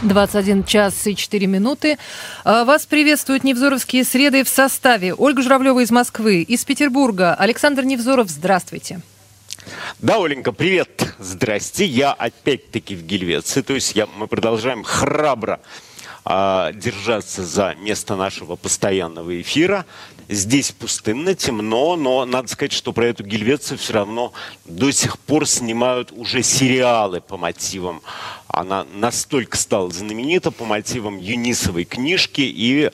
21 час и 4 минуты. Вас приветствуют Невзоровские среды в составе Ольга Журавлева из Москвы, из Петербурга Александр Невзоров. Здравствуйте. Да, Оленька, привет. Здрасте. Я опять-таки в Гельвеции. То есть мы продолжаем храбро держаться за место нашего постоянного эфира. Здесь пустынно, темно, но надо сказать, что про эту Гельвецию все равно до сих пор снимают уже сериалы по мотивам. Она настолько стала знаменита по мотивам Юнисовой книжки. И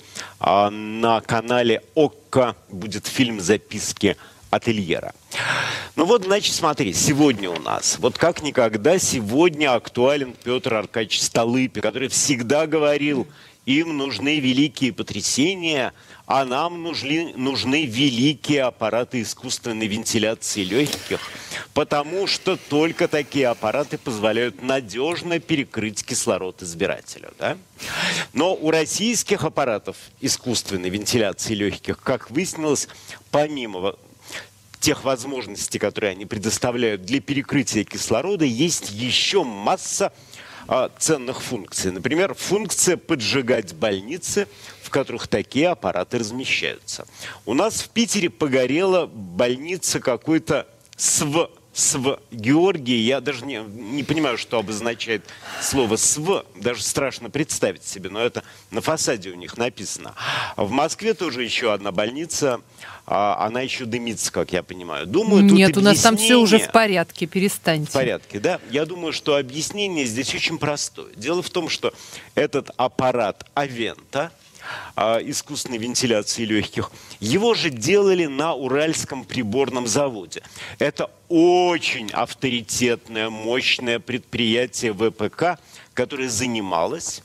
на канале ОККО будет фильм «Записки ательера». Ну вот, значит, смотри, сегодня у нас, вот как никогда сегодня актуален Петр Аркадьевич Столыпин, который всегда говорил, им нужны великие потрясения, а нам нужны великие аппараты искусственной вентиляции легких, потому что только такие аппараты позволяют надежно перекрыть кислород избирателю. Да? Но у российских аппаратов искусственной вентиляции легких, как выяснилось, помимо тех возможностей, которые они предоставляют для перекрытия кислорода, есть еще масса ценных функций. Например, функция поджигать больницы, в которых такие аппараты размещаются. У нас в Питере погорела больница какой-то СВ Георгий. Я даже не понимаю, что обозначает слово СВ. Даже страшно представить себе, но это на фасаде у них написано. В Москве тоже еще одна больница. Она еще дымится, как я понимаю. Думаю, Нет, тут у нас там все уже в порядке, перестаньте. В порядке, да? Я думаю, что объяснение здесь очень простое. Дело в том, что этот аппарат Авента, искусственной вентиляции легких, его же делали на Уральском приборном заводе. Это очень авторитетное, мощное предприятие ВПК, которое занималось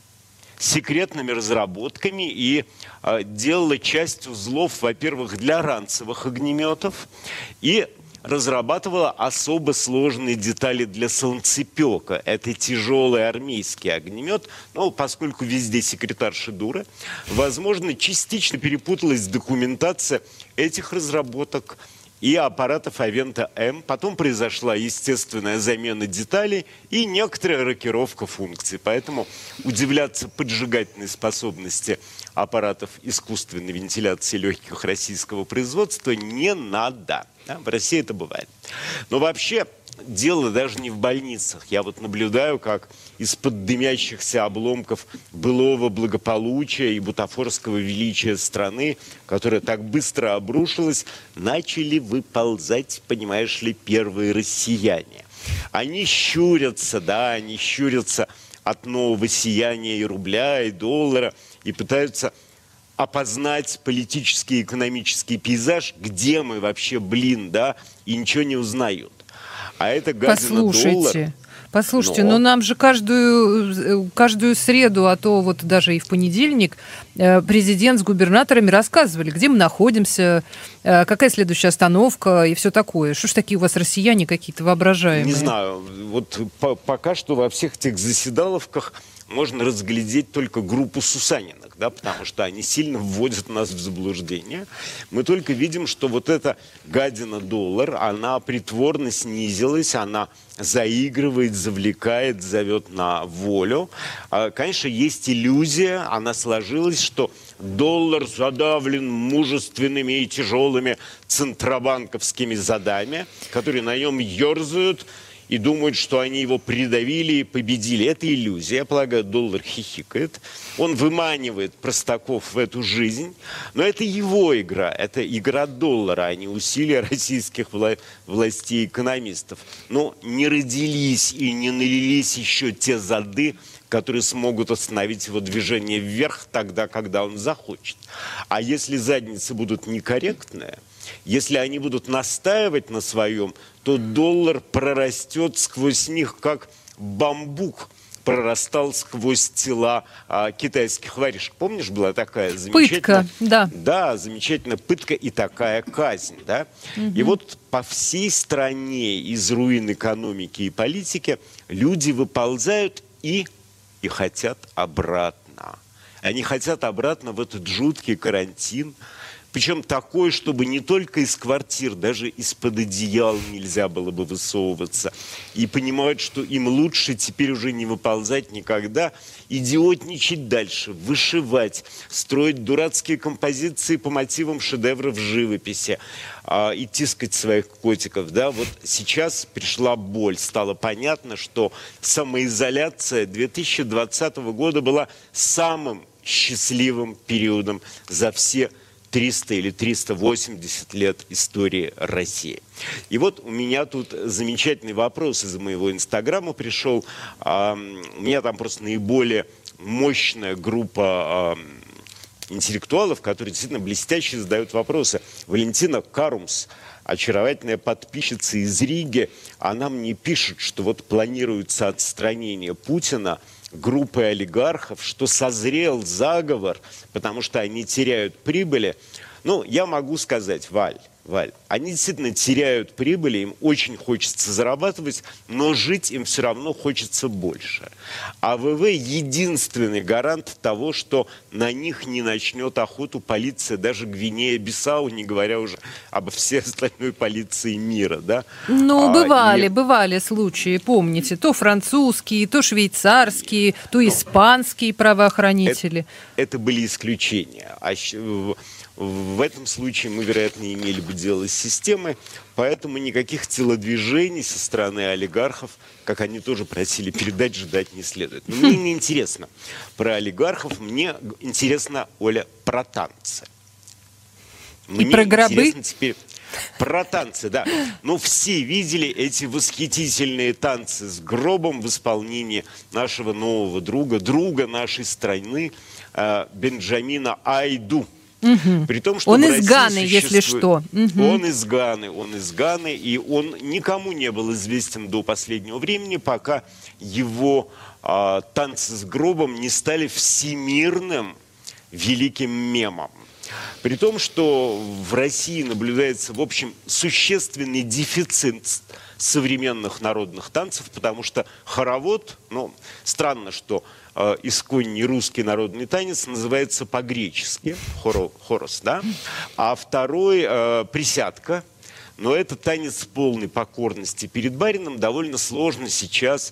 секретными разработками и делала часть узлов, во-первых, для ранцевых огнеметов, и разрабатывала особо сложные детали для солнцепека. Это тяжелый армейский огнемет, но поскольку везде секретарши дуры, возможно, частично перепуталась документация этих разработок и аппаратов Авента-М. Потом произошла естественная замена деталей и некоторая рокировка функций. Поэтому удивляться поджигательной способности аппаратов искусственной вентиляции легких российского производства не надо. Да, в России это бывает. Но вообще дело даже не в больницах. Я вот наблюдаю, как из-под дымящихся обломков былого благополучия и бутафорского величия страны, которая так быстро обрушилась, начали выползать, понимаешь ли, первые россияне. Они щурятся, да, они щурятся от нового сияния и рубля, и доллара, и пытаются опознать политический и экономический пейзаж, где мы вообще, да, и ничего не узнают. А это гадина доллар. Послушайте, но нам же каждую среду, а то вот даже и в понедельник, президент с губернаторами рассказывали, где мы находимся, какая следующая остановка и все такое. Что ж такие у вас россияне какие-то воображаемые? Не знаю. Вот пока что во всех этих заседаловках можно разглядеть только группу Сусаниных, да, потому что они сильно вводят нас в заблуждение. Мы только видим, что вот эта гадина доллар, она притворно снизилась, она заигрывает, завлекает, зовет на волю. Конечно, есть иллюзия, она сложилась, что доллар задавлен мужественными и тяжелыми центробанковскими задами, которые на нем ерзают и думают, что они его придавили и победили. Это иллюзия. Я полагаю, доллар хихикает. Он выманивает простаков в эту жизнь. Но это его игра. Это игра доллара, а не усилия российских властей и экономистов. Но не родились и не налились еще те зады, которые смогут остановить его движение вверх тогда, когда он захочет. А если задницы будут некорректные, если они будут настаивать на своем, то доллар прорастет сквозь них, как бамбук прорастал сквозь тела китайских воришек. Помнишь, была такая замечательная... Пытка, да. Да, замечательная пытка и такая казнь. Да? Угу. И вот по всей стране из руин экономики и политики люди выползают и хотят обратно. Они хотят обратно в этот жуткий карантин, Причем такой, чтобы не только из квартир, даже из-под одеял нельзя было бы высовываться. И понимают, что им лучше теперь уже не выползать никогда, идиотничать дальше, вышивать, строить дурацкие композиции по мотивам шедевров живописи, и тискать своих котиков. Да? Вот сейчас пришла боль. Стало понятно, что самоизоляция 2020 года была самым счастливым периодом за все 300 или 380 лет истории России. И вот у меня тут замечательный вопрос из моего инстаграма пришел. У меня там просто наиболее мощная группа интеллектуалов, которые действительно блестяще задают вопросы. Валентина Карумс, очаровательная подписчица из Риги, она мне пишет, что вот планируется отстранение Путина группой олигархов, что созрел заговор, потому что они теряют прибыли. Ну, я могу сказать, Валь, они действительно теряют прибыли, им очень хочется зарабатывать, но жить им все равно хочется больше. А ВВ единственный гарант того, что на них не начнет охоту полиция, даже Гвинея-Бисау, не говоря уже об всей остальной полиции мира. Да? Ну, бывали случаи, помните, то французские, то швейцарские, то испанские правоохранители. Это были исключения. В этом случае мы, вероятно, имели бы дело с системой, поэтому никаких телодвижений со стороны олигархов, как они тоже просили передать, ждать не следует. Но мне не интересно про олигархов, мне интересно, Оля, про танцы. И про гробы? Теперь про танцы, да. Ну, все видели эти восхитительные танцы с гробом в исполнении нашего нового друга нашей страны, Бенджамина Айду. При том, что он из Ганы, если что. Он из Ганы, и он никому не был известен до последнего времени, пока его танцы с гробом не стали всемирным великим мемом. При том, что в России наблюдается, в общем, существенный дефицит современных народных танцев, потому что хоровод, ну, странно, что исконний русский народный танец называется по-гречески, хорос, да, а второй присядка, но это танец полной покорности перед барином, довольно сложно сейчас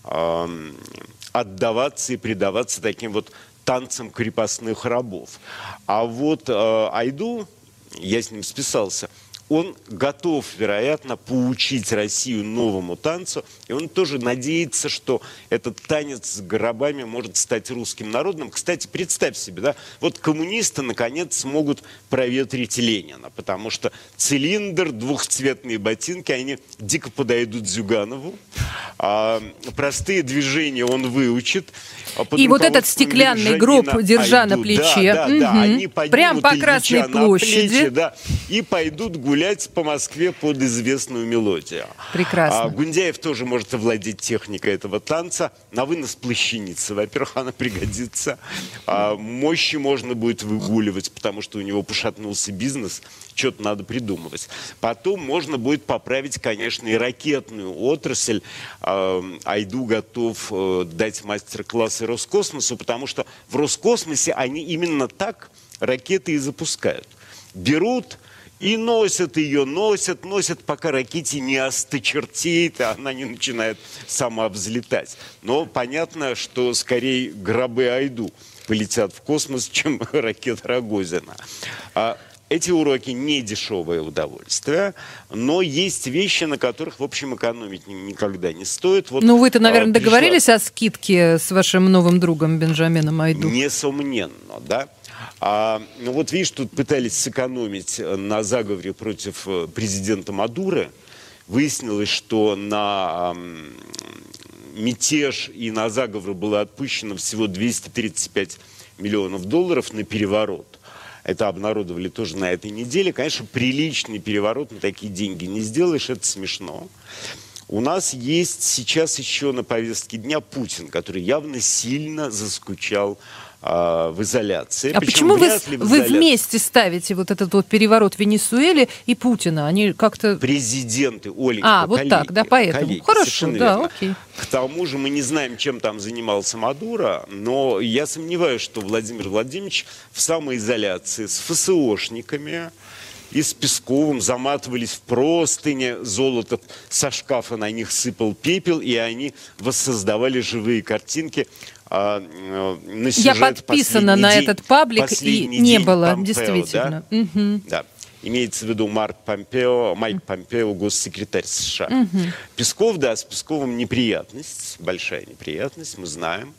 отдаваться и предаваться таким вот танцам крепостных рабов. А вот Айду, я с ним списался, он готов, вероятно, поучить Россию новому танцу. И он тоже надеется, что этот танец с гробами может стать русским народным. Кстати, представь себе, да, вот коммунисты, наконец, смогут проветрить Ленина. Потому что цилиндр, двухцветные ботинки, они дико подойдут Зюганову. Простые движения он выучит. И вот этот стеклянный гроб, держа на плече, они прям по Красной площади. Плечи, да, и пойдут гулять по Москве под известную мелодию. Прекрасно. Гундяев тоже может овладеть техникой этого танца. На вынос плащаницы, во-первых, она пригодится. Мощи можно будет выгуливать, потому что у него пошатнулся бизнес. Что-то надо придумывать. Потом можно будет поправить, конечно, и ракетную отрасль. Айду готов дать мастер-классы Роскосмосу, потому что в Роскосмосе они именно так ракеты и запускают. Берут и носят ее, носят, пока ракете не осточертеет, а она не начинает сама взлетать. Но понятно, что скорее гробы Айду полетят в космос, чем ракета Рогозина. Эти уроки не дешевое удовольствие, но есть вещи, на которых, в общем, экономить никогда не стоит. Вот, ну, вы-то, наверное, договорились о скидке с вашим новым другом Бенджамином Айду? Несомненно, да. Ну вот видишь, тут пытались сэкономить на заговоре против президента Мадуро. Выяснилось, что на мятеж и на заговор было отпущено всего 235 миллионов долларов на переворот. Это обнародовали тоже на этой неделе. Конечно, приличный переворот на такие деньги не сделаешь, это смешно. У нас есть сейчас еще на повестке дня Путин, который явно сильно заскучал в изоляции. А почему вы вместе ставите вот этот вот переворот в Венесуэле и Путина? Они как-то... Президенты, Оленька, вот коллеги, так, да, поэтому. Коллеги, хорошо, да, верно. окей. К тому же мы не знаем, чем там занимался Мадуро, но я сомневаюсь, что Владимир Владимирович в самоизоляции с ФСОшниками и с Песковым заматывались в простыни, золото со шкафа на них сыпал пепел, и они воссоздавали живые картинки. Я подписана на этот паблик, и не было, Помпео, действительно. Да? Да. Имеется в виду Майк Помпео, госсекретарь США. Песков, да, с Песковым неприятность, большая неприятность, мы знаем.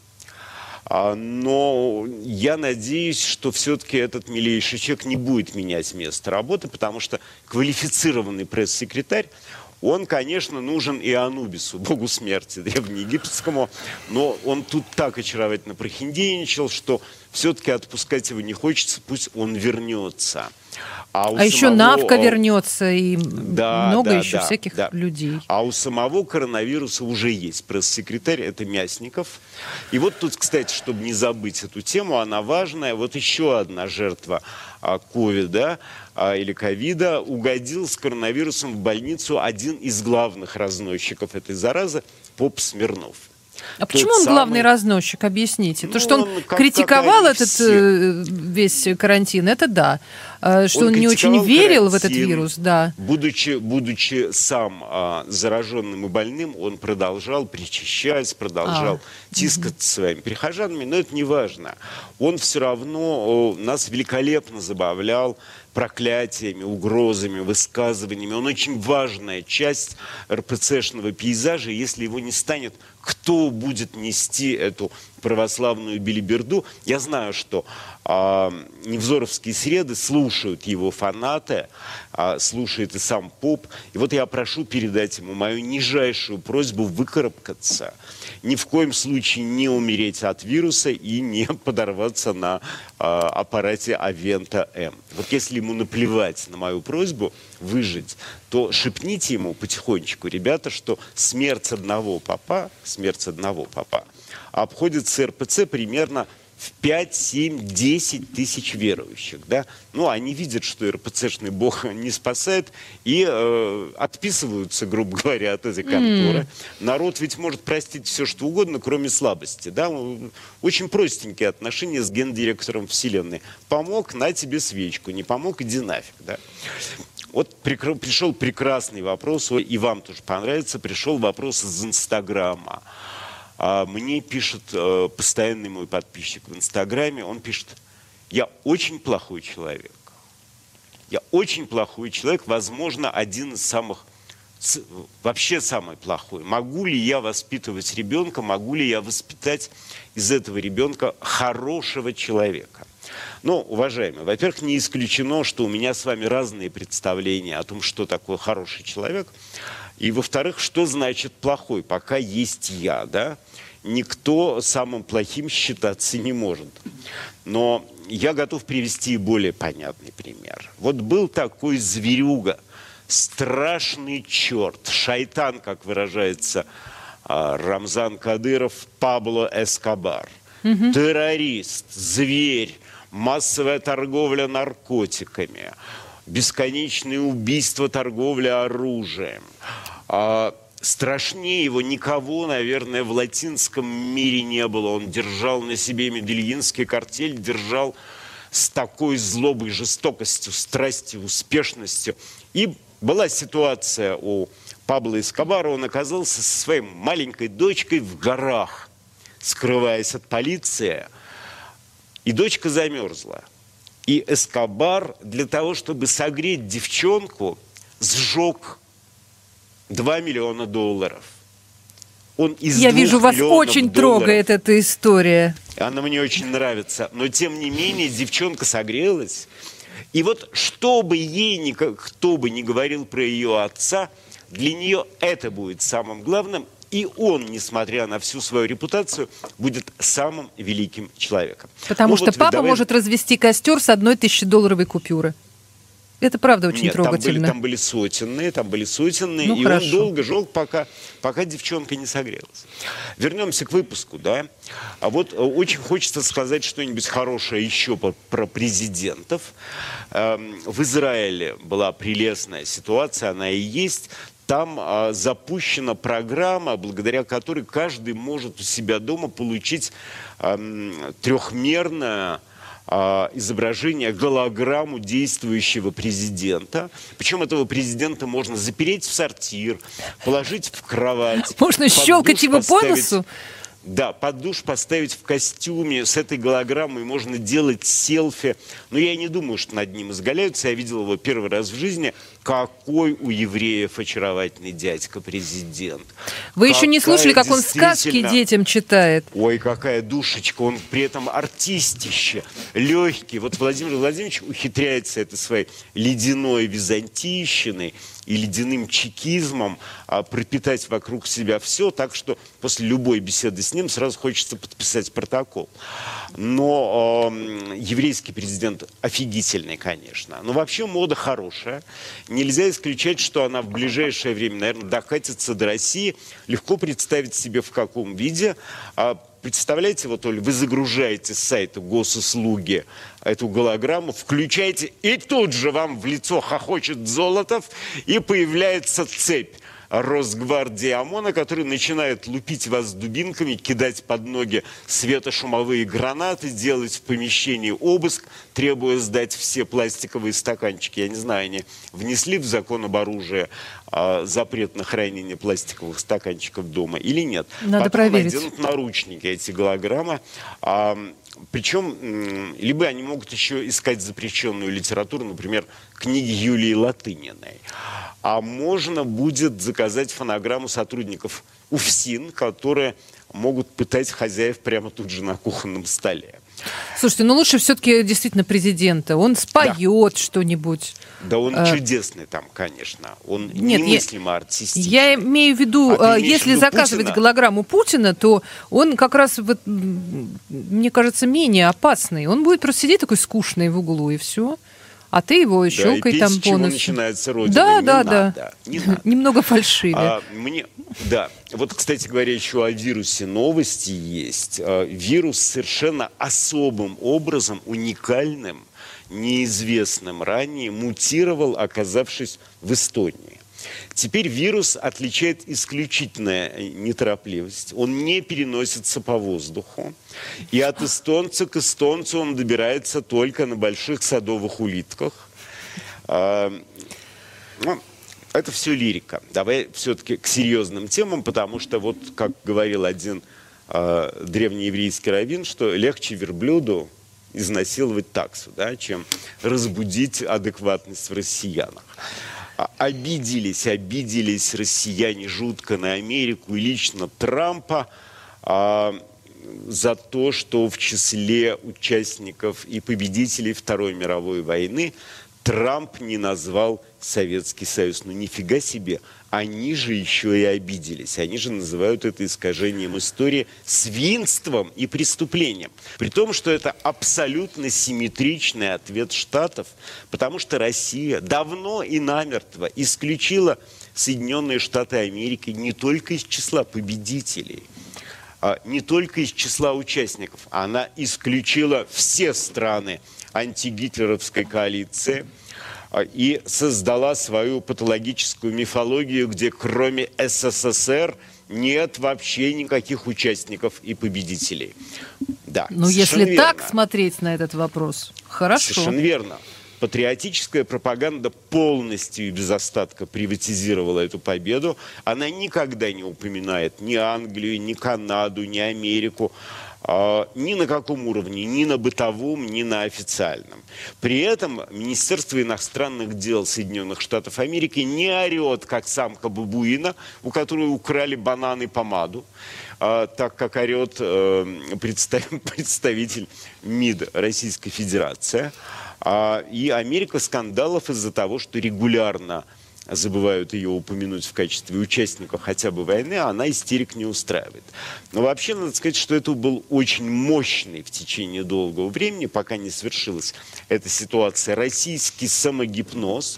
Но я надеюсь, что все-таки этот милейший человек не будет менять место работы, потому что квалифицированный пресс-секретарь, он, конечно, нужен и Анубису, богу смерти древнеегипетскому, но он тут так очаровательно прохиндейничал, что все-таки отпускать его не хочется, пусть он вернется. Еще Навка вернется и много еще всяких людей. А у самого коронавируса уже есть пресс-секретарь, это Мясников. И вот тут, кстати, чтобы не забыть эту тему, она важная, вот еще одна жертва ковида или ковида угодил с коронавирусом в больницу один из главных разносчиков этой заразы, поп Смирнов. А почему он главный разносчик? Объясните. То, что он критиковал этот весь карантин, это да. Что он не очень верил в этот вирус, да. Будучи сам зараженным и больным, он продолжал причащать, продолжал тискаться своими прихожанами, но это не важно. Он все равно нас великолепно забавлял проклятиями, угрозами, высказываниями. Он очень важная часть РПЦшного пейзажа. Если его не станет, кто будет нести эту православную белиберду? Я знаю, что невзоровские среды слушают его фанаты, слушает и сам поп. И вот я прошу передать ему мою нижайшую просьбу выкарабкаться, ни в коем случае не умереть от вируса и не подорваться на аппарате Авента М. Вот если ему наплевать на мою просьбу выжить, то шепните ему потихонечку, ребята, что смерть одного попа обходится РПЦ примерно в 5, 7, 10 тысяч верующих. Да? Ну, они видят, что РПЦшный бог не спасает, и отписываются, грубо говоря, от этой конторы. Народ ведь может простить все, что угодно, кроме слабости. Да? Очень простенькие отношения с гендиректором Вселенной. Помог, на тебе свечку. Не помог, иди нафиг. Да? Вот пришел прекрасный вопрос, и вам тоже понравится, пришел вопрос из Инстаграма. Мне пишет постоянный мой подписчик в Инстаграме, он пишет: я очень плохой человек. Я очень плохой человек, возможно, один из самых, вообще самый плохой. Могу ли я воспитывать ребенка, могу ли я воспитать из этого ребенка хорошего человека? Ну, уважаемые, во-первых, не исключено, что у меня с вами разные представления о том, что такое хороший человек. И, во-вторых, что значит плохой, пока есть я, да? Никто самым плохим считаться не может. Но я готов привести более понятный пример. Вот был такой зверюга, страшный черт, шайтан, как выражается Рамзан Кадыров, Пабло Эскобар. Террорист, зверь, массовая торговля наркотиками, бесконечные убийства, торговля оружием. Страшнее его никого, наверное, в латинском мире не было. Он держал на себе медельинский картель, держал с такой злобой, жестокостью, страстью, успешностью. И была ситуация у Пабло Эскобара, он оказался со своей маленькой дочкой в горах, скрываясь от полиции, и дочка замерзла. И Эскобар для того, чтобы согреть девчонку, сжег $2 миллиона. Он из Я вижу, вас очень $2 трогает эта история. Она мне очень нравится. Но, тем не менее, девчонка согрелась. И вот, что бы ей кто бы ни говорил про ее отца, для нее это будет самым главным. И он, несмотря на всю свою репутацию, будет самым великим человеком. Потому что папа может развести костер с $1000 купюры. Это правда очень Нет, трогательно. там были сотенные, Ну, и хорошо. он долго жил, пока девчонка не согрелась. Вернемся к выпуску, да. А вот очень хочется сказать что-нибудь хорошее еще про президентов. В Израиле была прелестная ситуация, она и есть. Там запущена программа, благодаря которой каждый может у себя дома получить трехмерное изображение, голограмму действующего президента. Причем этого президента можно запереть в сортир, положить в кровать. Можно щелкать его по носу? Да, под душ поставить в костюме. С этой голограммой можно делать селфи. Но я не думаю, что над ним изгаляются. Я видел его первый раз в жизни. Какой у евреев очаровательный дядька-президент. Вы еще не слушали, как он сказки детям читает? Ой, какая душечка. Он при этом артистище, легкий. Вот Владимир Владимирович ухитряется это своей ледяной византийщиной и ледяным чекизмом пропитать вокруг себя все, так что после любой беседы с ним сразу хочется подписать протокол. Но еврейский президент офигительный, конечно. Но вообще мода хорошая. Нельзя исключать, что она в ближайшее время, наверное, докатится до России. Легко представить себе, в каком виде. Представляете, вот, Оль, вы загружаете с сайта госуслуги эту голограмму, включаете, и тут же вам в лицо хохочет Золотов, и появляется цепь Росгвардии ОМОНа, который начинает лупить вас дубинками, кидать под ноги светошумовые гранаты, делать в помещении обыск, требуя сдать все пластиковые стаканчики. Я не знаю, они внесли в закон об оружии запрет на хранение пластиковых стаканчиков дома или нет. Надо Потом проверить. наденут наручники, эти голограммы. Причем, либо они могут еще искать запрещенную литературу, например, книги Юлии Латыниной. А можно будет заказать фонограмму сотрудников УФСИН, которые могут пытать хозяев прямо тут же на кухонном столе. Слушайте, ну лучше все-таки действительно президента. Он споет что-нибудь. Да он чудесный там, конечно. Он Нет, немыслимо артистичный. Я имею в виду, если заказывать Путина? голограмму Путина, то он как раз, вот, мне кажется, менее опасный. Он будет просто сидеть такой скучный в углу, и все. А ты его щелкай там по носу. Начинается Родина. Да, не да, надо, да. Не надо. Немного фальшивее. Да. Вот, кстати говоря, еще о вирусе новости есть. Вирус совершенно особым образом, уникальным, неизвестным ранее, мутировал, оказавшись в Эстонии. Теперь вирус отличает исключительная неторопливость. Он не переносится по воздуху. И от эстонца к эстонцу он добирается только на больших садовых улитках. Это все лирика. Давай все-таки к серьезным темам, потому что, вот как говорил один древнееврейский раввин, что легче верблюду изнасиловать таксу, да, чем разбудить адекватность в россиянах. Обиделись россияне жутко на Америку и лично Трампа за то, что в числе участников и победителей Второй мировой войны Трамп не назвал Советский Союз. Ну нифига себе, они же еще и обиделись. Они же называют это искажением истории, свинством и преступлением. При том, что это абсолютно симметричный ответ Штатов, потому что Россия давно и намертво исключила Соединенные Штаты Америки не только из числа победителей, не только из числа участников. Она исключила все страны антигитлеровской коалиции и создала свою патологическую мифологию, где кроме СССР нет вообще никаких участников и победителей. Да, ну, если так смотреть на этот вопрос, хорошо. Совершенно верно. Патриотическая пропаганда полностью и без остатка приватизировала эту победу. Она никогда не упоминает ни Англию, ни Канаду, ни Америку. Ни на каком уровне, ни на бытовом, ни на официальном. При этом Министерство иностранных дел Соединенных Штатов Америки не орет, как самка бабуина, у которой украли банан и помаду, так как орет представитель МИД Российской Федерации. И Америка скандалов из-за того, что регулярно забывают ее упомянуть в качестве участника хотя бы войны, она истерик не устраивает. Но вообще надо сказать, что это был очень мощный в течение долгого времени, пока не свершилась эта ситуация, российский самогипноз,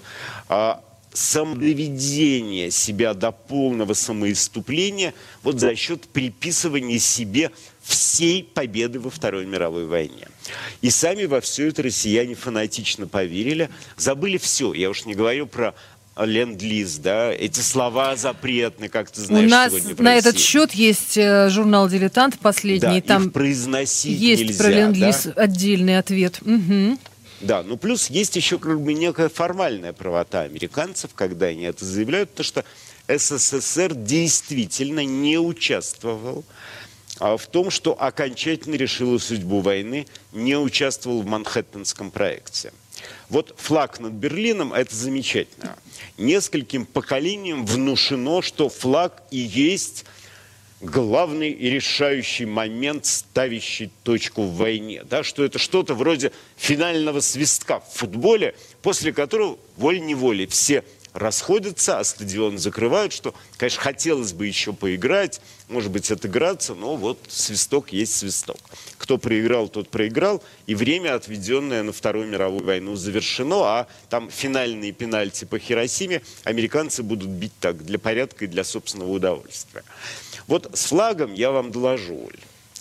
самодоведение себя до полного самоиступления вот за счет приписывания себе всей победы во Второй мировой войне. И сами во все это россияне фанатично поверили, забыли все. Я уж не говорю про ленд-лиз, да, эти слова запретны, как ты знаешь, у нас сегодня в на России. этот счет есть журнал «Дилетант» последний, Да, там их произносить есть нельзя, про ленд-лиз да? отдельный ответ. Угу. Да, ну плюс есть еще как бы некая формальная правота американцев, когда они это заявляют, потому что СССР действительно не участвовал в том, что окончательно решило судьбу войны, не участвовал в Манхэттенском проекте. Вот флаг над Берлином – это замечательно. Нескольким поколениям внушено, что флаг и есть главный и решающий момент, ставящий точку в войне. Да? Что это что-то вроде финального свистка в футболе, после которого волей-неволей все расходятся, а стадион закрывают, что, конечно, хотелось бы еще поиграть, может быть, отыграться, но вот свисток есть свисток. Кто проиграл, тот проиграл, и время, отведенное на Вторую мировую войну, завершено, а там финальные пенальти по Хиросиме американцы будут бить так, для порядка и для собственного удовольствия. Вот с флагом я вам доложу, Оль.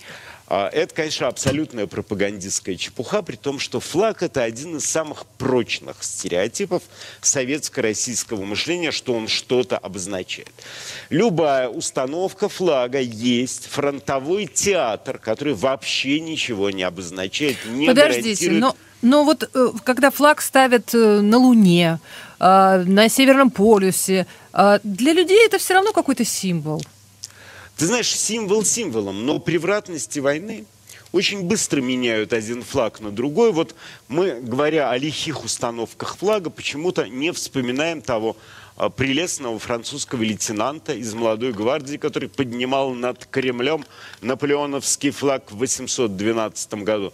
Это, конечно, абсолютная пропагандистская чепуха, при том, что флаг – это один из самых прочных стереотипов советско-российского мышления, что он что-то обозначает. Любая установка флага есть фронтовой театр, который вообще ничего не обозначает, не Подождите, гарантирует... но вот когда флаг ставят на Луне, на Северном полюсе, для людей это все равно какой-то символ. Ты знаешь, символ символом, но превратности войны очень быстро меняют один флаг на другой. Вот мы, говоря о лихих установках флага, почему-то не вспоминаем того прелестного французского лейтенанта из молодой гвардии, который поднимал над Кремлем наполеоновский флаг в 812 году.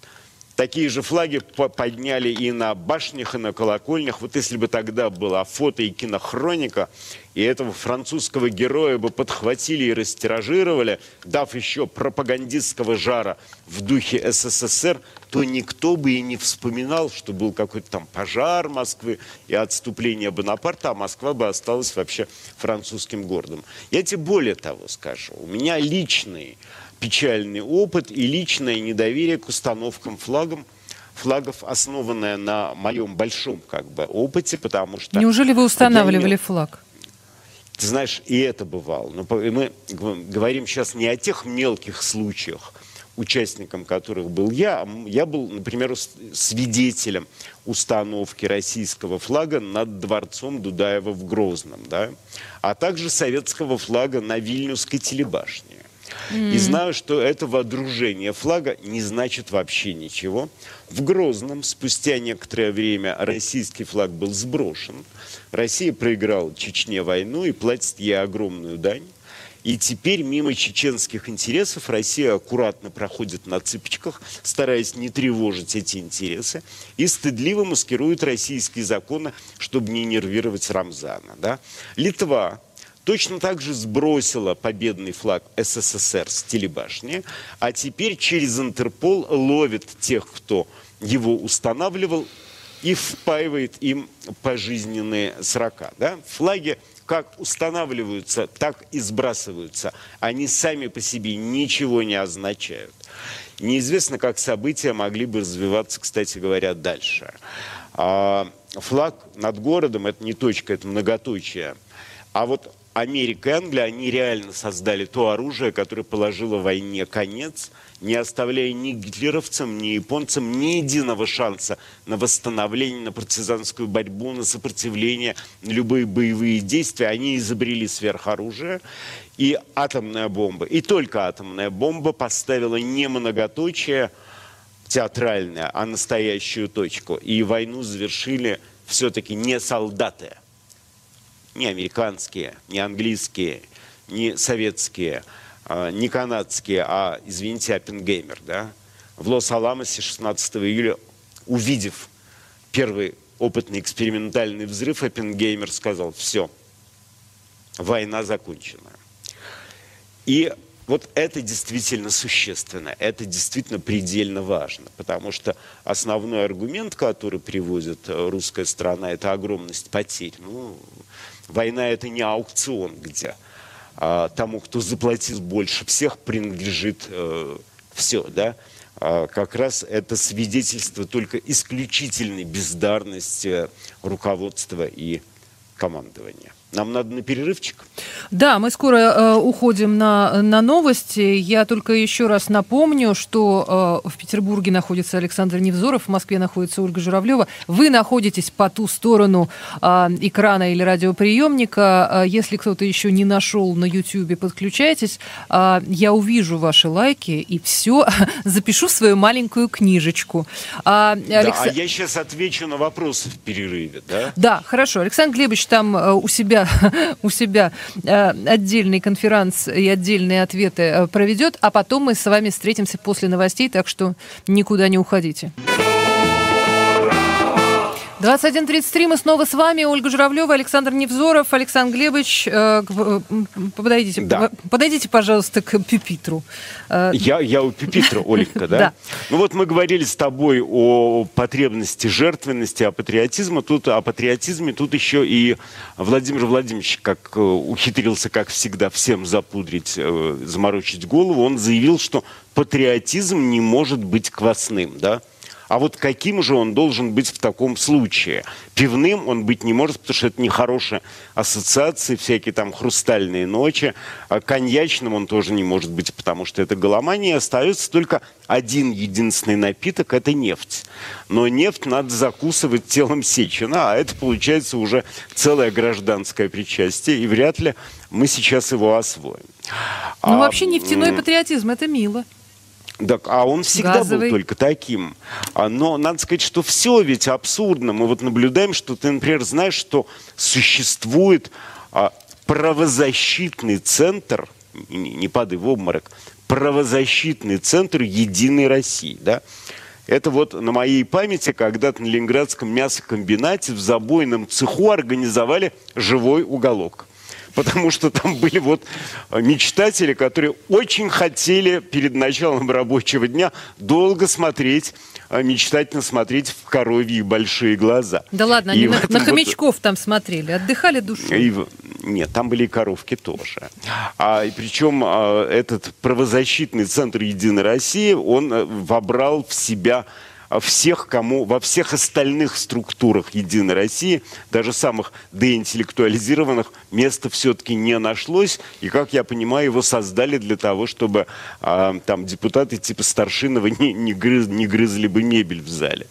Такие же флаги подняли и на башнях, и на колокольнях. Вот если бы тогда была фото и кинохроника, и этого французского героя бы подхватили и растиражировали, дав еще пропагандистского жара в духе СССР, то никто бы и не вспоминал, что был какой-то там пожар Москвы и отступление Бонапарта, а Москва бы осталась вообще французским городом. Я тебе более того скажу. У меня личный печальный опыт и личное недоверие к установкам флагов, основанное на моем большом опыте, потому что... Неужели вы устанавливали флаг? Ты знаешь, и это бывало. Но мы говорим сейчас не о тех мелких случаях, участником которых был я. Я был, например, свидетелем установки российского флага над дворцом Дудаева в Грозном, да? А также советского флага на Вильнюсской телебашне. И знаю, что это водружение флага не значит вообще ничего. В Грозном спустя некоторое время российский флаг был сброшен. Россия проиграла Чечне войну и платит ей огромную дань. И теперь мимо чеченских интересов Россия аккуратно проходит на цыпочках, стараясь не тревожить эти интересы, и стыдливо маскирует российские законы, чтобы не нервировать Рамзана. Да? Литва точно так же сбросила победный флаг СССР с телебашни, а теперь через Интерпол ловит тех, кто его устанавливал, и впаивает им пожизненные срока. Да? Флаги как устанавливаются, так и сбрасываются. Они сами по себе ничего не означают. Неизвестно, как события могли бы развиваться, кстати говоря, дальше. Флаг над городом – это не точка, это многоточие. А вот Америка и Англия, они реально создали то оружие, которое положило войне конец, не оставляя ни гитлеровцам, ни японцам ни единого шанса на восстановление, на партизанскую борьбу, на сопротивление, на любые боевые действия. Они изобрели сверхоружие, и атомная бомба, и только атомная бомба поставила не многоточие театральное, а настоящую точку. И войну завершили все-таки не солдаты. Не американские, не английские, не советские, не канадские, а, извините, Оппенгеймер. Да? В Лос-Аламосе 16 июля, увидев первый опытный экспериментальный взрыв, Оппенгеймер сказал: все, война закончена. И вот это действительно существенно, это действительно предельно важно, потому что основной аргумент, который приводит русская сторона, это огромность потерь. Ну, война – это не аукцион, где тому, кто заплатил больше всех, принадлежит все, да? Как раз это свидетельство только исключительной бездарности руководства и командования. Нам надо на перерывчик. Да, мы скоро уходим на новости. Я только еще раз напомню, что в Петербурге находится Александр Невзоров, в Москве находится Ольга Журавлева. Вы находитесь по ту сторону экрана или радиоприемника. Если кто-то еще не нашел на YouTube, подключайтесь. Я увижу ваши лайки и все, запишу в свою маленькую книжечку. Да, а я сейчас отвечу на вопросы в перерыве, да? Да, хорошо. Александр Глебович там у себя отдельный конферанс и отдельные ответы проведет, а потом мы с вами встретимся после новостей, так что никуда не уходите. 21:33, мы снова с вами. Ольга Журавлева, Александр Невзоров. Александр Глебович, подойдите, пожалуйста, к пюпитру. Я у пюпитра, Оленька, да? Ну вот мы говорили с тобой о потребности жертвенности, о патриотизме. Тут еще и Владимир Владимирович как ухитрился, как всегда, всем запудрить, заморочить голову. Он заявил, что патриотизм не может быть квасным, да? А вот каким же он должен быть в таком случае? Пивным он быть не может, потому что это нехорошие ассоциации, всякие там хрустальные ночи. А коньячным он тоже не может быть, потому что это голомания. Остается только один единственный напиток – это нефть. Но нефть надо закусывать телом Сечина, а это получается уже целое гражданское причастие, и вряд ли мы сейчас его освоим. Ну, вообще нефтяной патриотизм – это мило. Да, а он всегда газовый. был только таким. Но надо сказать, что все ведь абсурдно. Мы вот наблюдаем, что ты, например, знаешь, что существует правозащитный центр, не падай в обморок, правозащитный центр «Единой России». Да? Это вот на моей памяти когда-то на Ленинградском мясокомбинате в забойном цеху организовали живой уголок. Потому что там были вот мечтатели, которые очень хотели перед началом рабочего дня долго смотреть, мечтательно смотреть в коровьи большие глаза. Да ладно, они на хомячков там смотрели, отдыхали душой. Нет, там были и коровки тоже. Причем этот правозащитный центр «Единой России», он вобрал в себя всех, кому во всех остальных структурах «Единой России», даже самых деинтеллектуализированных, места все-таки не нашлось. И, как я понимаю, его создали для того, чтобы там депутаты типа Старшинова не грызли бы мебель в зале.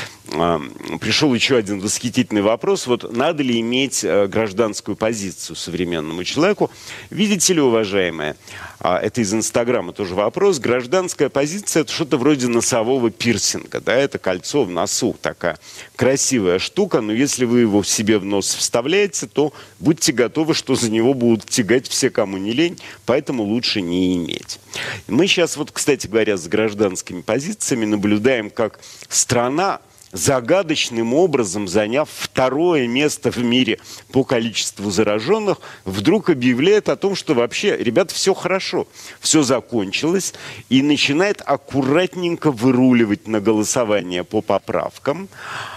Пришел еще один восхитительный вопрос. Вот надо ли иметь гражданскую позицию современному человеку? Видите ли, уважаемые, это из Инстаграма тоже вопрос. Гражданская позиция – это что-то вроде носового пирсинга. Да? Это кольцо в носу, такая красивая штука. Но если вы его себе в нос вставляете, то будьте готовы, что за него будут тягать все, кому не лень. Поэтому лучше не иметь. Мы сейчас, вот, кстати говоря, с гражданскими позициями наблюдаем, как страна, загадочным образом, заняв второе место в мире по количеству зараженных, вдруг объявляет о том, что вообще, ребята, все хорошо, все закончилось, и начинает аккуратненько выруливать на голосование по поправкам.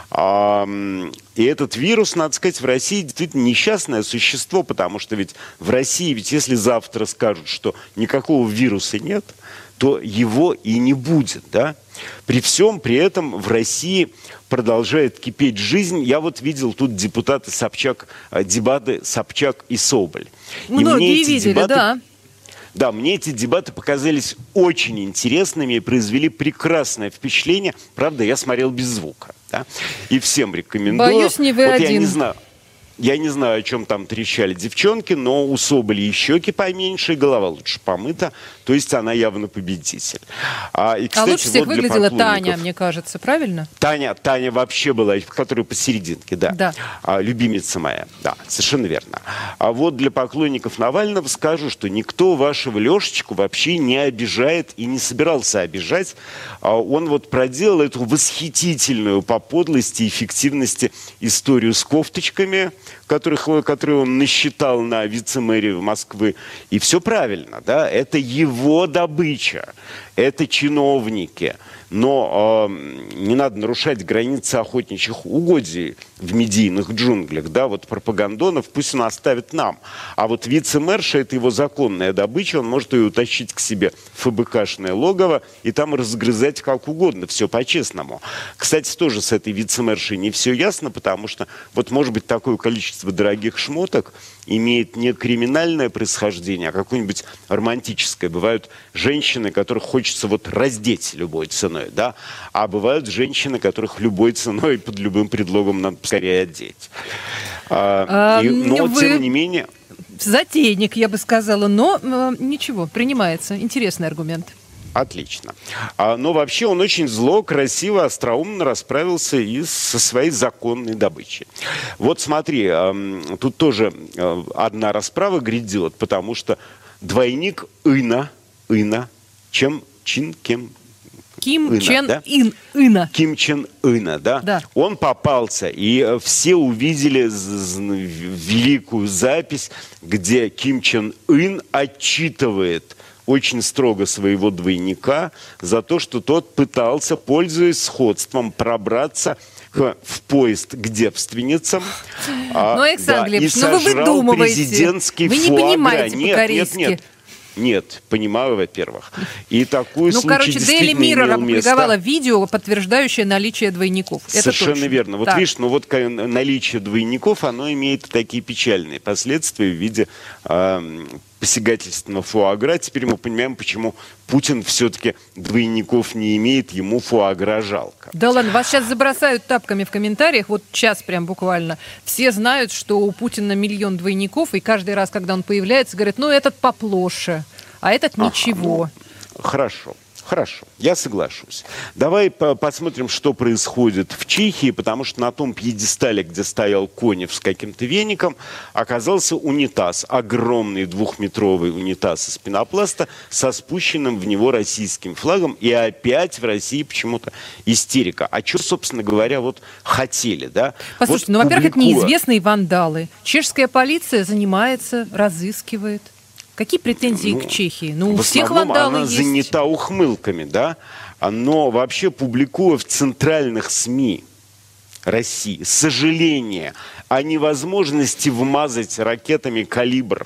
И этот вирус, надо сказать, в России действительно несчастное существо, потому что ведь в России, ведь если завтра скажут, что никакого вируса нет, то его и не будет, да? При всем при этом в России продолжает кипеть жизнь. Я вот видел тут депутаты Собчак, дебаты Собчак и Соболь. Многие видели, дебаты, да. Да, мне эти дебаты показались очень интересными и произвели прекрасное впечатление. Правда, я смотрел без звука. Да? И всем рекомендую. Боюсь, не вы вот один. Я не знаю, о чем там трещали девчонки, но у Соболи и щеки поменьше, и голова лучше помыта. то есть она явно победитель. И, кстати, А лучше всех вот выглядела Таня, мне кажется, правильно? Таня вообще была, которая посерединке, да. Да. Любимица моя, да, совершенно верно. А вот для поклонников Навального скажу, что никто вашего Лешечку вообще не обижает и не собирался обижать. Он вот проделал эту восхитительную по подлости и эффективности историю с кофточками, которые он насчитал на вице-мэрии Москвы. И все правильно, да, это его добыча, это чиновники. Но не надо нарушать границы охотничьих угодий в медийных джунглях. Да? Вот пропагандонов пусть он оставит нам. А вот вице-мэрша – это его законная добыча. Он может ее утащить к себе в ФБКшное логово и там разгрызать как угодно. Все по-честному. Кстати, тоже с этой вице-мэршей не все ясно, потому что вот может быть такое количество дорогих шмоток имеет не криминальное происхождение, а какое-нибудь романтическое. Бывают женщины, которых хочется вот раздеть любой ценой, да? А бывают женщины, которых любой ценой под любым предлогом надо скорее одеть. Но, тем не менее... Затейник, я бы сказала, но ничего, принимается. Интересный аргумент. Отлично. Но вообще он очень зло, красиво, остроумно расправился и со своей законной добычей. Вот смотри, тут тоже одна расправа грядет, потому что двойник Ким Чен Ына, да? Он попался, и все увидели великую запись, где Ким Чен Ын отчитывает очень строго своего двойника за то, что тот пытался, пользуясь сходством, пробраться в поезд к девственницам. Александр Глебович, и сожрал президентский вы не понимаете по-корейски. Нет, понимаю, во-первых. И такой случай Daily Mirror опубликовала видео, подтверждающее наличие двойников. Совершенно верно. Вот видишь, наличие двойников, оно имеет такие печальные последствия в виде посягательств на фуагра. Теперь мы понимаем, почему Путин все-таки двойников не имеет, ему фуагра жалко. Да ладно, вас сейчас забросают тапками в комментариях, вот сейчас прям буквально. Все знают, что у Путина миллион двойников, и каждый раз, когда он появляется, говорят, этот поплоше, а этот ничего. Хорошо, я соглашусь. Давай посмотрим, что происходит в Чехии, потому что на том пьедестале, где стоял Конев с каким-то веником, оказался унитаз. Огромный 2-метровый унитаз из пенопласта со спущенным в него российским флагом. И опять в России почему-то истерика. А что, собственно говоря, хотели, да? Послушайте, во-первых, это неизвестные вандалы. Чешская полиция занимается, разыскивает. Какие претензии к Чехии? У всех вандалы она есть. занята ухмылками, да? Но вообще, публикуя в центральных СМИ России сожаление о невозможности вмазать ракетами «Калибр»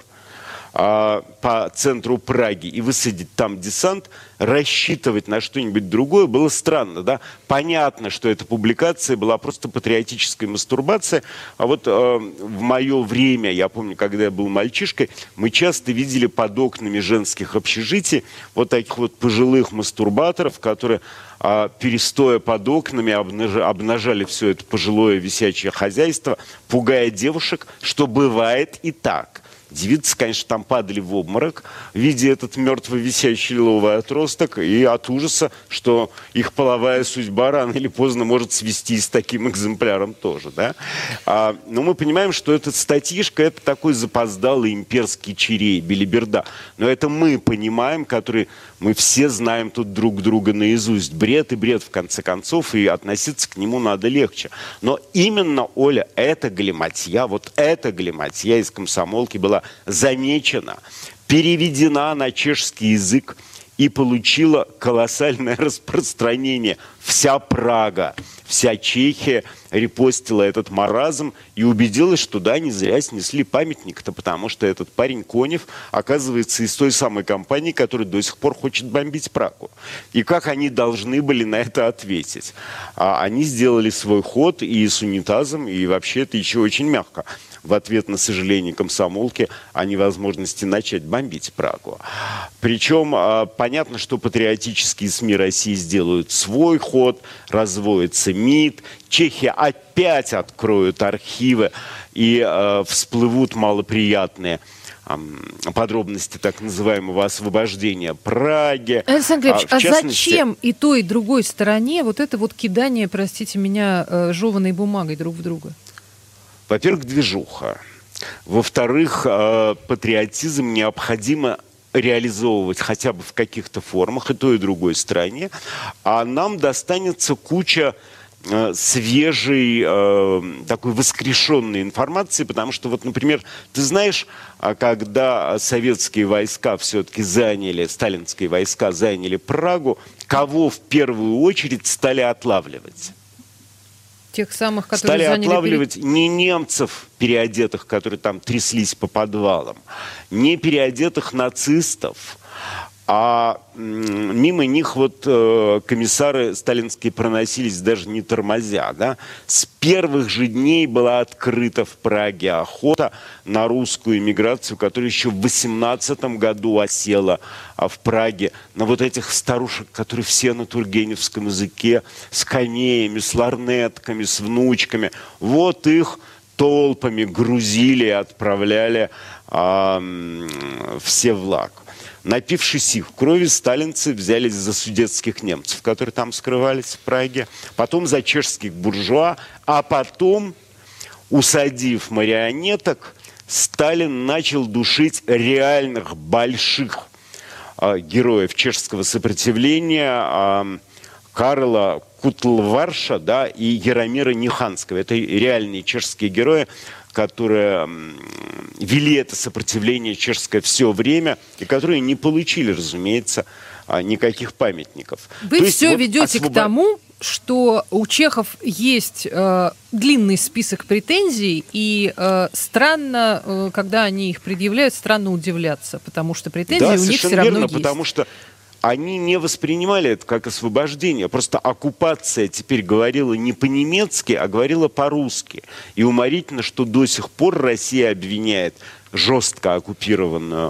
по центру Праги и высадить там десант, рассчитывать на что-нибудь другое было странно, да? Понятно, что эта публикация была просто патриотической мастурбацией, а в мое время, я помню, когда я был мальчишкой, мы часто видели под окнами женских общежитий таких пожилых мастурбаторов, которые, перестоя под окнами, обнажали все это пожилое висячее хозяйство, пугая девушек, что бывает и так. Девицы, конечно, там падали в обморок, видя этот мертвый висящий лиловый отросток, и от ужаса, что их половая судьба рано или поздно может свестись с таким экземпляром тоже, да? Но мы понимаем, что этот статишка – это такой запоздалый имперский чирей, белиберда. Но это мы понимаем, мы все знаем тут друг друга наизусть. Бред и бред, в конце концов, и относиться к нему надо легче. Но именно, Оля, эта галиматья из комсомолки была замечена, переведена на чешский язык и получила колоссальное распространение. Вся Прага, вся Чехия репостила этот маразм и убедилась, что да, не зря снесли памятник-то, потому что этот парень Конев оказывается из той самой компании, которая до сих пор хочет бомбить Прагу. И как они должны были на это ответить? Они сделали свой ход и с унитазом, и вообще это еще очень мягко. В ответ на сожаление комсомолки о невозможности начать бомбить Прагу. Причем понятно, что патриотические СМИ России сделают свой ход, развоится МИД, Чехия опять откроют архивы и всплывут малоприятные подробности так называемого освобождения Праги. Александр Глебович, зачем и той, и другой стороне вот это вот кидание, простите меня, жеваной бумагой друг в друга? Во-первых, движуха. Во-вторых, патриотизм необходимо реализовывать хотя бы в каких-то формах и той, и другой стороне. А нам достанется куча свежей, такой воскрешенной информации, потому что, вот, например, ты знаешь, когда советские войска все-таки сталинские войска заняли Прагу, кого в первую очередь стали отлавливать? Тех самых, которые стали отлавливать не немцев, переодетых, которые там тряслись по подвалам, не переодетых нацистов, а мимо них вот комиссары сталинские проносились даже не тормозя. Да? С первых же дней была открыта в Праге охота на русскую эмиграцию, которая еще в 18 году осела в Праге, на вот этих старушек, которые все на тургеневском языке, с камеями, с ларнетками, с внучками. Вот их толпами грузили и отправляли в Севлак. Напившись их крови, сталинцы взялись за судетских немцев, которые там скрывались в Праге, потом за чешских буржуа, а потом, усадив марионеток, Сталин начал душить реальных больших героев чешского сопротивления, Карла Кутлварша, да, и Яромира Ниханского. Это реальные чешские герои, которые вели это сопротивление чешское все время и которые не получили, разумеется, никаких памятников. Вы все ведете к тому, что у чехов есть длинный список претензий, и странно, когда они их предъявляют, странно удивляться, потому что претензии у них все равно есть. Потому что они не воспринимали это как освобождение. Просто оккупация теперь говорила не по-немецки, а говорила по-русски. И уморительно, что до сих пор Россия обвиняет жестко оккупированную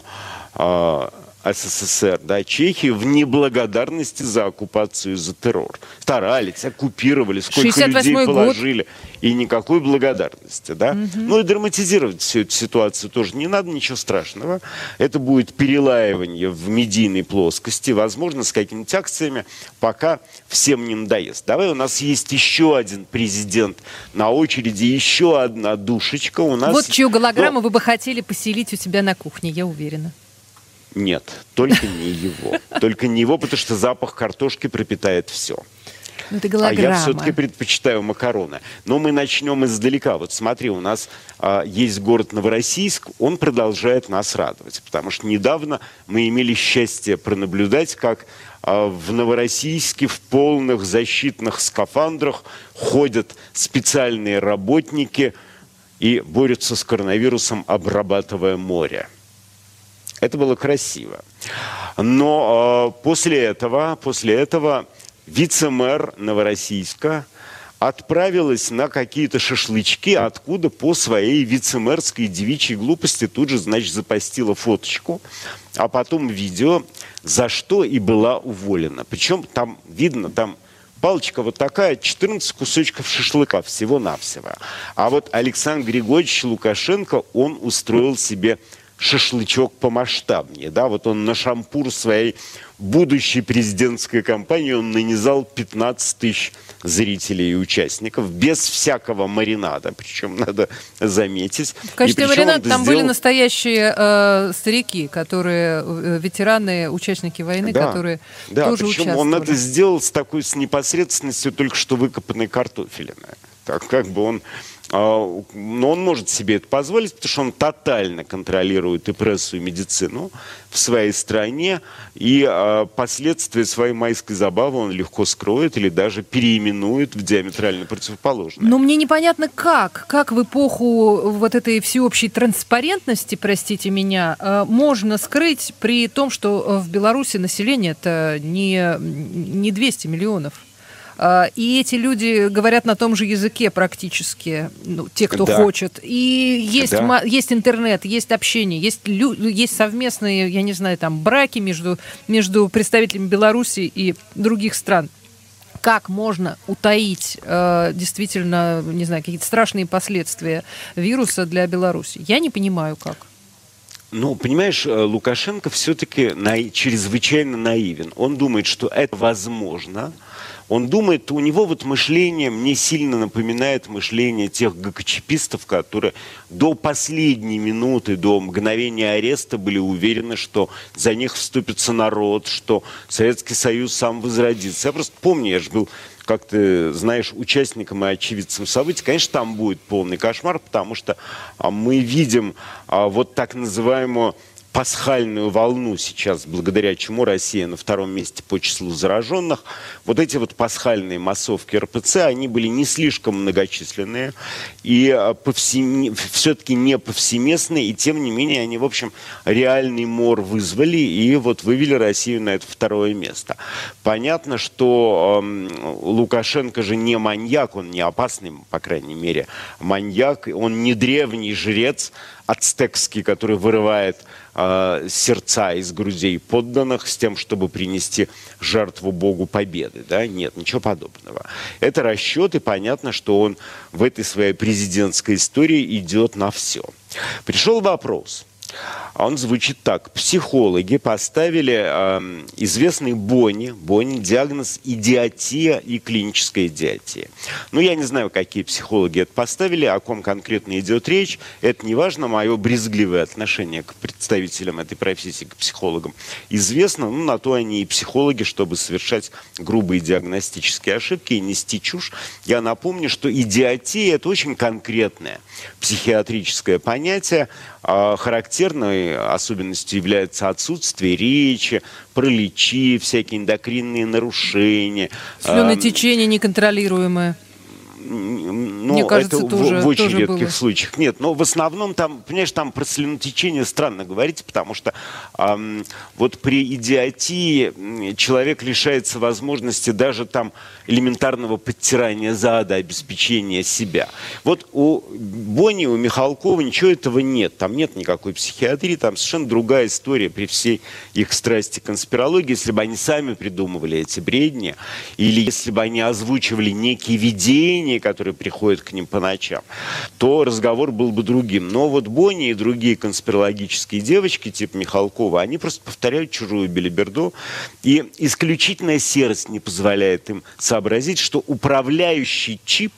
СССР, да, Чехию в неблагодарности за оккупацию и за террор. Старались, оккупировали, сколько людей положили. Год. И никакой благодарности. Да? Ну и драматизировать всю эту ситуацию тоже не надо, ничего страшного. Это будет перелаивание в медийной плоскости, возможно, с какими-нибудь акциями, пока всем не надоест. Давай, у нас есть еще один президент на очереди, еще одна душечка. У нас... Вот чью голограмму вы бы хотели поселить у себя на кухне, я уверена. Нет, только не его. Только не его, потому что запах картошки пропитает все. Ну, это голограмма. А я все-таки предпочитаю макароны. Но мы начнем издалека. Вот смотри, у нас есть город Новороссийск, он продолжает нас радовать. Потому что недавно мы имели счастье пронаблюдать, как в Новороссийске в полных защитных скафандрах ходят специальные работники и борются с коронавирусом, обрабатывая море. Это было красиво. Но после этого вице-мэр Новороссийска отправилась на какие-то шашлычки, откуда по своей вице-мэрской девичьей глупости тут же, значит, запостила фоточку, а потом видео, за что и была уволена. Причем там видно, там палочка вот такая, 14 кусочков шашлыка всего-навсего. А вот Александр Григорьевич Лукашенко, он устроил себе шашлычок помасштабнее. Да? Вот он на шампур своей будущей президентской кампании он нанизал 15 тысяч зрителей и участников без всякого маринада. Причем, надо заметить. В качестве маринада там были настоящие старики, которые ветераны, участники войны, да, которые тоже участвовали. Он это сделал с непосредственностью только что выкопанной картофелиной. Так как бы он... Но он может себе это позволить, потому что он тотально контролирует и прессу, и медицину в своей стране, и последствия своей майской забавы он легко скроет или даже переименует в диаметрально противоположное. Но мне непонятно, как в эпоху вот этой всеобщей транспарентности, простите меня, можно скрыть при том, что в Беларуси население-то не 200 миллионов. И эти люди говорят на том же языке практически, ну, те, кто хочет. И есть интернет, есть общение, есть совместные, я не знаю, там браки между представителями Беларуси и других стран. Как можно утаить действительно, не знаю, какие-то страшные последствия вируса для Беларуси? Я не понимаю, как. Ну, понимаешь, Лукашенко все-таки чрезвычайно наивен. Он думает, что это возможно. Он думает, у него вот мышление мне сильно напоминает мышление тех ГКЧПистов, которые до последней минуты, до мгновения ареста были уверены, что за них вступится народ, что Советский Союз сам возродится. Я просто помню, я же был, как ты знаешь, участником и очевидцем событий. Конечно, там будет полный кошмар, потому что мы видим вот так называемую пасхальную волну сейчас, благодаря чему Россия на втором месте по числу зараженных. Вот эти вот пасхальные массовки РПЦ, они были не слишком многочисленные и все-таки не повсеместные, и тем не менее они, в общем, реальный мор вызвали и вот вывели Россию на это второе место. Понятно, что Лукашенко же не маньяк, он не опасный, по крайней мере, маньяк, он не древний жрец ацтекский, который вырывает сердца из грудей подданных с тем, чтобы принести жертву Богу победы. Да? Нет, ничего подобного. Это расчет, и понятно, что он в этой своей президентской истории идет на все. Пришел вопрос. Он звучит так. Психологи поставили известный Бонни диагноз идиотия и клиническая идиотия. Ну, я не знаю, какие психологи это поставили, о ком конкретно идет речь. Это не важно, мое брезгливое отношение к представителям этой профессии, к психологам, известно. Ну, на то они и психологи, чтобы совершать грубые диагностические ошибки и нести чушь. Я напомню, что идиотия – это очень конкретное психиатрическое понятие. Характерной особенностью является отсутствие речи, параличи, всякие эндокринные нарушения. Слюнотечение неконтролируемое. Ну, мне кажется, это тоже, в очень тоже редких было. случаях. Нет, но в основном там, понимаешь, там про слюнотечение странно говорить, потому что вот при идиотии человек лишается возможности даже там элементарного подтирания зада, обеспечения себя. Вот у Бонни, у Михалкова ничего этого нет. Там нет никакой психиатрии, там совершенно другая история при всей их страсти к конспирологии. Если бы они сами придумывали эти бредни, или если бы они озвучивали некие видения, которые приходят к ним по ночам, то разговор был бы другим. Но вот Бонни и другие конспирологические девочки, типа Михалкова, они просто повторяют чужую белиберду, и исключительная серость не позволяет им сообразить, что управляющий чип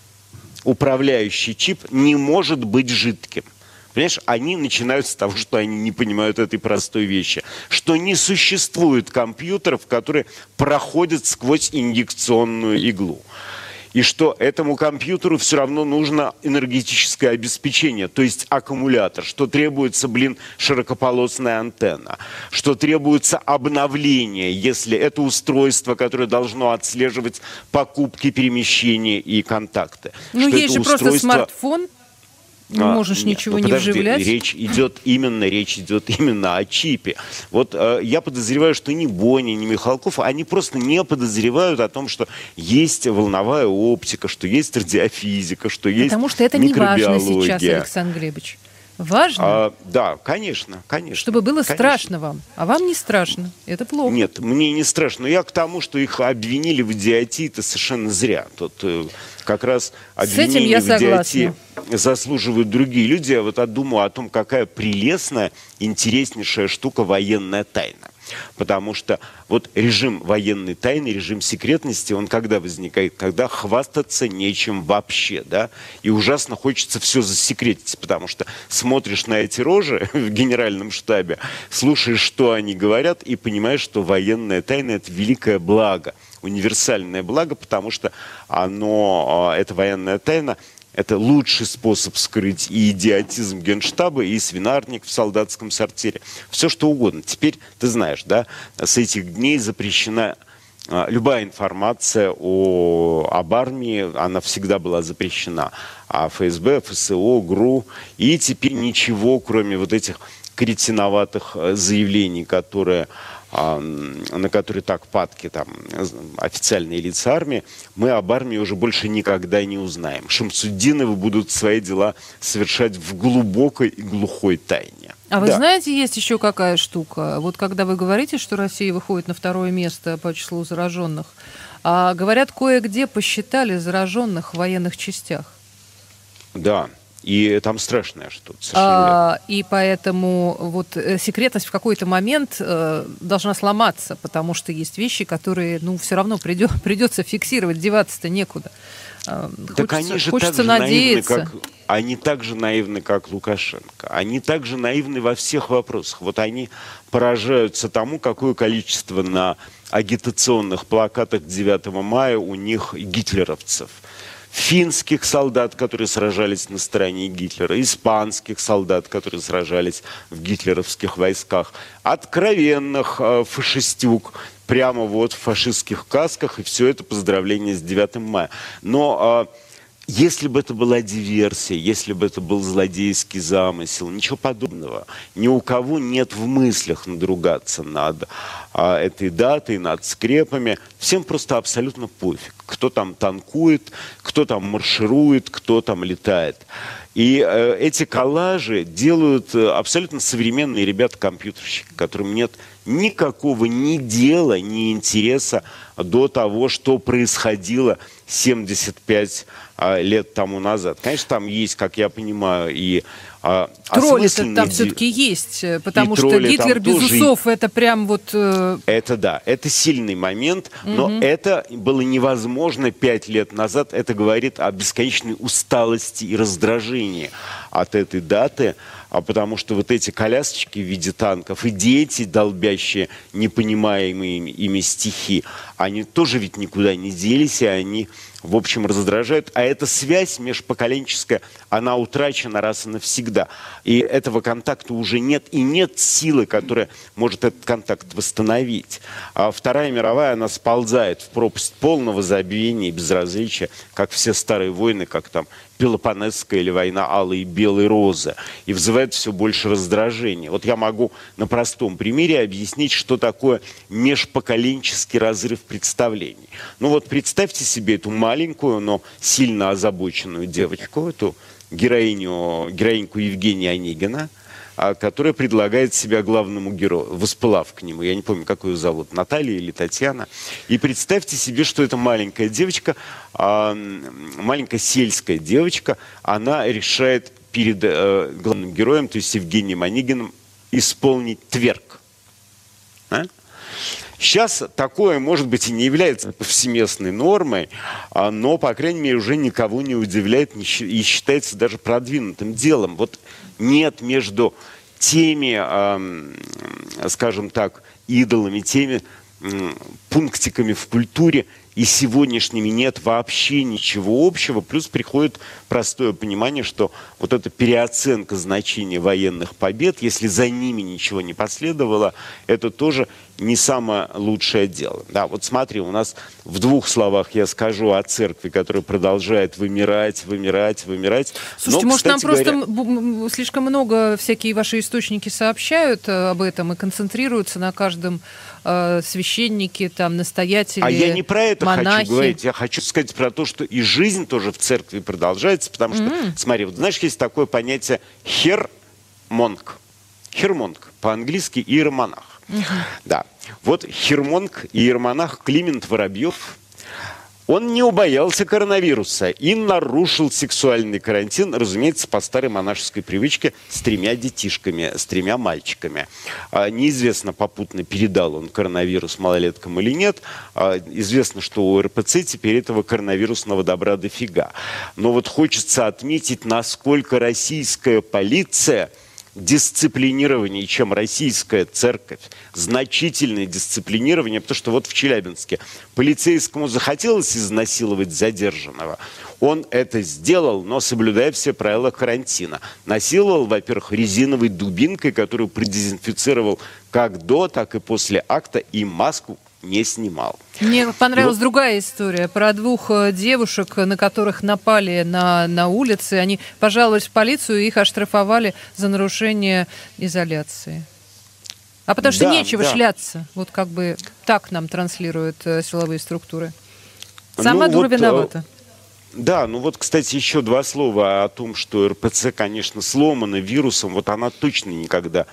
не может быть жидким. Понимаешь, они начинают с того, что они не понимают этой простой вещи, что не существует компьютеров, которые проходят сквозь инъекционную иглу. И что этому компьютеру все равно нужно энергетическое обеспечение, то есть аккумулятор, что требуется, широкополосная антенна, что требуется обновление, если это устройство, которое должно отслеживать покупки, перемещения и контакты. Ну, есть же просто смартфон. Не можешь ничего не вживлять. Речь идет именно о чипе. Вот я подозреваю, что ни Бонни, ни Михалков, они просто не подозревают о том, что есть волновая оптика, что есть радиофизика, что есть микробиология. Потому что это не важно сейчас, Александр Глебович. Важно? Да, конечно. Чтобы было страшно вам. А вам не страшно. Это плохо. Нет, мне не страшно. Но я к тому, что их обвинили в идиотии, это совершенно зря. Тут как раз обвинения в идиотии заслуживают другие люди. Я вот думаю о том, какая прелестная, интереснейшая штука военная тайна. Потому что вот режим военной тайны, режим секретности, он когда возникает? Когда хвастаться нечем вообще, да? И ужасно хочется все засекретить, потому что смотришь на эти рожи в генеральном штабе, слушаешь, что они говорят, и понимаешь, что военная тайна – это великое благо, универсальное благо, потому что эта военная тайна, это лучший способ скрыть и идиотизм Генштаба, и свинарник в солдатском сортире. Все что угодно. Теперь, ты знаешь, да, с этих дней запрещена любая информация об армии, она всегда была запрещена. А ФСБ, ФСО, ГРУ. И теперь ничего, кроме вот этих кретиноватых заявлений, на которые так падки там официальные лица армии, мы об армии уже больше никогда не узнаем. Шамсуддиновы будут свои дела совершать в глубокой и глухой тайне. А вы знаете, есть еще какая штука? Вот когда вы говорите, что Россия выходит на второе место по числу зараженных, говорят, кое-где посчитали зараженных в военных частях. Да. И там страшное что-то, совершенно. И поэтому вот секретность в какой-то момент должна сломаться, потому что есть вещи, которые, ну, все равно придется фиксировать, деваться-то некуда. Так они же так же надеяться. Они так же наивны, как Лукашенко. Они так же наивны во всех вопросах. Вот они поражаются тому, какое количество на агитационных плакатах 9 мая у них гитлеровцев. Финских солдат, которые сражались на стороне Гитлера, испанских солдат, которые сражались в гитлеровских войсках, откровенных фашистюк, прямо вот в фашистских касках, и все это поздравление с 9 мая. Но если бы это была диверсия, если бы это был злодейский замысел, ничего подобного. Ни у кого нет в мыслях надругаться над этой датой, над скрепами. Всем просто абсолютно пофиг. Кто там танкует, кто там марширует, кто там летает. И эти коллажи делают абсолютно современные ребята-компьютерщики, которым нет никакого ни дела, ни интереса до того, что происходило 75 лет тому назад. Конечно, там есть, как я понимаю, и тролли-то там все-таки есть, потому что Гитлер без усов, это прям вот... Это да, это сильный момент, но это было невозможно 5 лет назад. Это говорит о бесконечной усталости и раздражении от этой даты, потому что вот эти колясочки в виде танков и дети, долбящие непонимаемые ими стихи, они тоже ведь никуда не делись, и они, в общем, раздражают. А эта связь межпоколенческая, она утрачена раз и навсегда. И этого контакта уже нет, и нет силы, которая может этот контакт восстановить. А Вторая мировая, она сползает в пропасть полного забвения и безразличия, как все старые войны, как там Пелопоннесская или война Алой и Белой Розы, и вызывает все больше раздражения. Вот я могу на простом примере объяснить, что такое межпоколенческий разрыв представлений. Ну вот представьте себе эту маленькую, но сильно озабоченную девочку, эту героиньку Евгения Онегина, которая предлагает себя главному герою, воспылав к нему. Я не помню, как ее зовут, Наталья или Татьяна. И представьте себе, что эта маленькая девочка, маленькая сельская девочка, она решает перед главным героем, то есть Евгением Онегиным, исполнить тверк. Сейчас такое, может быть, и не является повсеместной нормой, но, по крайней мере, уже никого не удивляет и считается даже продвинутым делом. Вот нет между теми, скажем так, идолами, теми пунктиками в культуре и сегодняшними нет вообще ничего общего. Плюс приходит простое понимание, что вот эта переоценка значения военных побед, если за ними ничего не последовало, это тоже не самое лучшее дело. Да, вот смотри, у нас в 2 словах я скажу о церкви, которая продолжает вымирать. Слушайте, но, может, нам просто слишком много всякие ваши источники сообщают об этом и концентрируются на каждом священнике, там, настоятеле, А я не про это монахи. хочу говорить. Я хочу сказать про то, что и жизнь тоже в церкви продолжается, потому что, смотри, вот знаешь, есть такое понятие хермонг. Хермонг, по-английски иеромонах. Да. Вот хермонг и иеромонах Климент Воробьев, он не убоялся коронавируса и нарушил сексуальный карантин, разумеется, по старой монашеской привычке, с 3 детишками, с 3 мальчиками. Неизвестно, попутно передал он коронавирус малолеткам или нет. Известно, что у РПЦ теперь этого коронавирусного добра дофига. Но вот хочется отметить, насколько российская полиция дисциплинированнее, чем российская церковь. Значительное дисциплинирование, потому что вот в Челябинске полицейскому захотелось изнасиловать задержанного. Он это сделал, но соблюдая все правила карантина. Насиловал, во-первых, резиновой дубинкой, которую продезинфицировал как до, так и после акта, и маску не снимал. Мне понравилась другая история про 2 девушек, на которых напали на улице. Они пожаловались в полицию, и их оштрафовали за нарушение изоляции. А потому что нечего шляться. Вот как бы так нам транслируют силовые структуры. Сама дура виновата. Да, ну вот, кстати, еще 2 слова о том, что РПЦ, конечно, сломана вирусом. Вот она точно никогда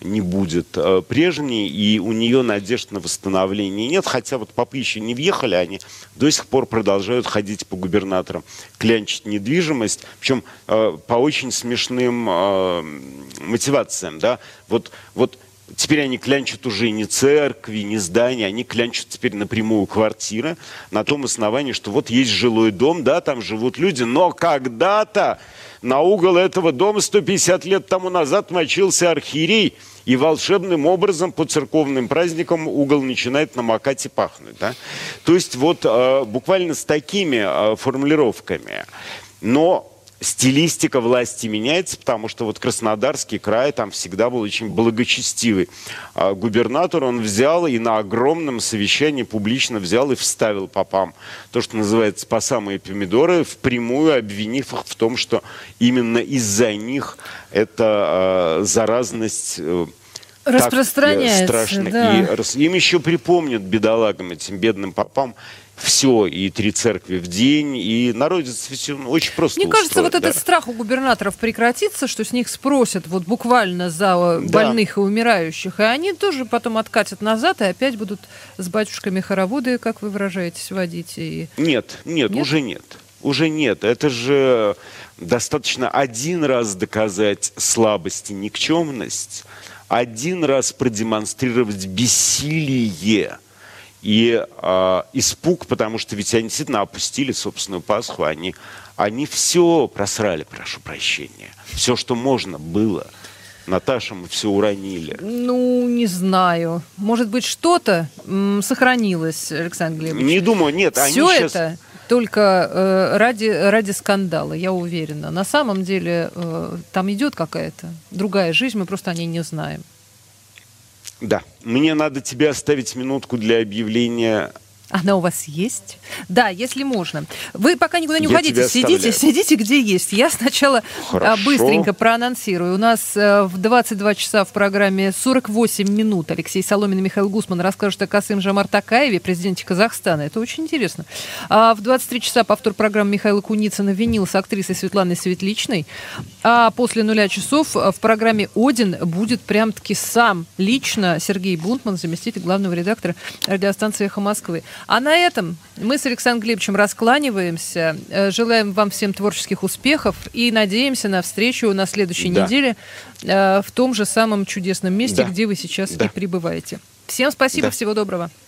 не будет прежней, и у нее надежд на восстановление нет, хотя вот попы еще не въехали, они до сих пор продолжают ходить по губернаторам, клянчить недвижимость, причем по очень смешным мотивациям, да, вот теперь они клянчат уже не церкви, не здания, они клянчат теперь напрямую квартиры на том основании, что вот есть жилой дом, да, там живут люди, но когда-то на угол этого дома 150 лет тому назад мочился архиерей, и волшебным образом по церковным праздникам угол начинает намокать и пахнуть. Да? То есть вот буквально с такими формулировками. Но стилистика власти меняется, потому что вот Краснодарский край, там всегда был очень благочестивый губернатор. Он взял и на огромном совещании публично взял и вставил попам то, что называется по самые помидоры, впрямую обвинив их в том, что именно из-за них эта заразность распространяется, так страшно. Да. И им еще припомнят, бедолагам, этим бедным попам, все, и 3 церкви в день, и народец очень просто Мне кажется, устроен, вот этот страх у губернаторов прекратится, что с них спросят вот буквально за больных и умирающих, и они тоже потом откатят назад и опять будут с батюшками хороводы, как вы выражаетесь, водить. И... Нет, уже нет. Уже нет. Это же достаточно один раз доказать слабость и никчемность, один раз продемонстрировать бессилие и испуг, потому что ведь они действительно опустили собственную Пасху, они все просрали, прошу прощения. Все, что можно было. Наташа, мы все уронили. Ну, не знаю. Может быть, что-то сохранилось, Александр Глебович? Не думаю, нет. Все они это только ради скандала, я уверена. На самом деле там идет какая-то другая жизнь, мы просто о ней не знаем. Да. Мне надо тебе оставить минутку для объявления. Она у вас есть? Да, если можно. Вы пока никуда не уходите, сидите где есть. Я сначала быстренько проанонсирую. У нас в 22 часа в программе 48 минут Алексей Соломин и Михаил Гусман расскажут о Касым-Жомарт Токаеве, президенте Казахстана. Это очень интересно. А в 23 часа повтор программы Михаила Куницына «Винил» с актрисой Светланой Светличной. А после 0 часов в программе «Один» будет прям-таки сам лично Сергей Бунтман, заместитель главного редактора радиостанции «Эхо Москвы». А на этом мы с Александром Глебовичем раскланиваемся. Желаем вам всем творческих успехов и надеемся на встречу на следующей неделе в том же самом чудесном месте, где вы сейчас и пребываете. Всем спасибо, всего доброго.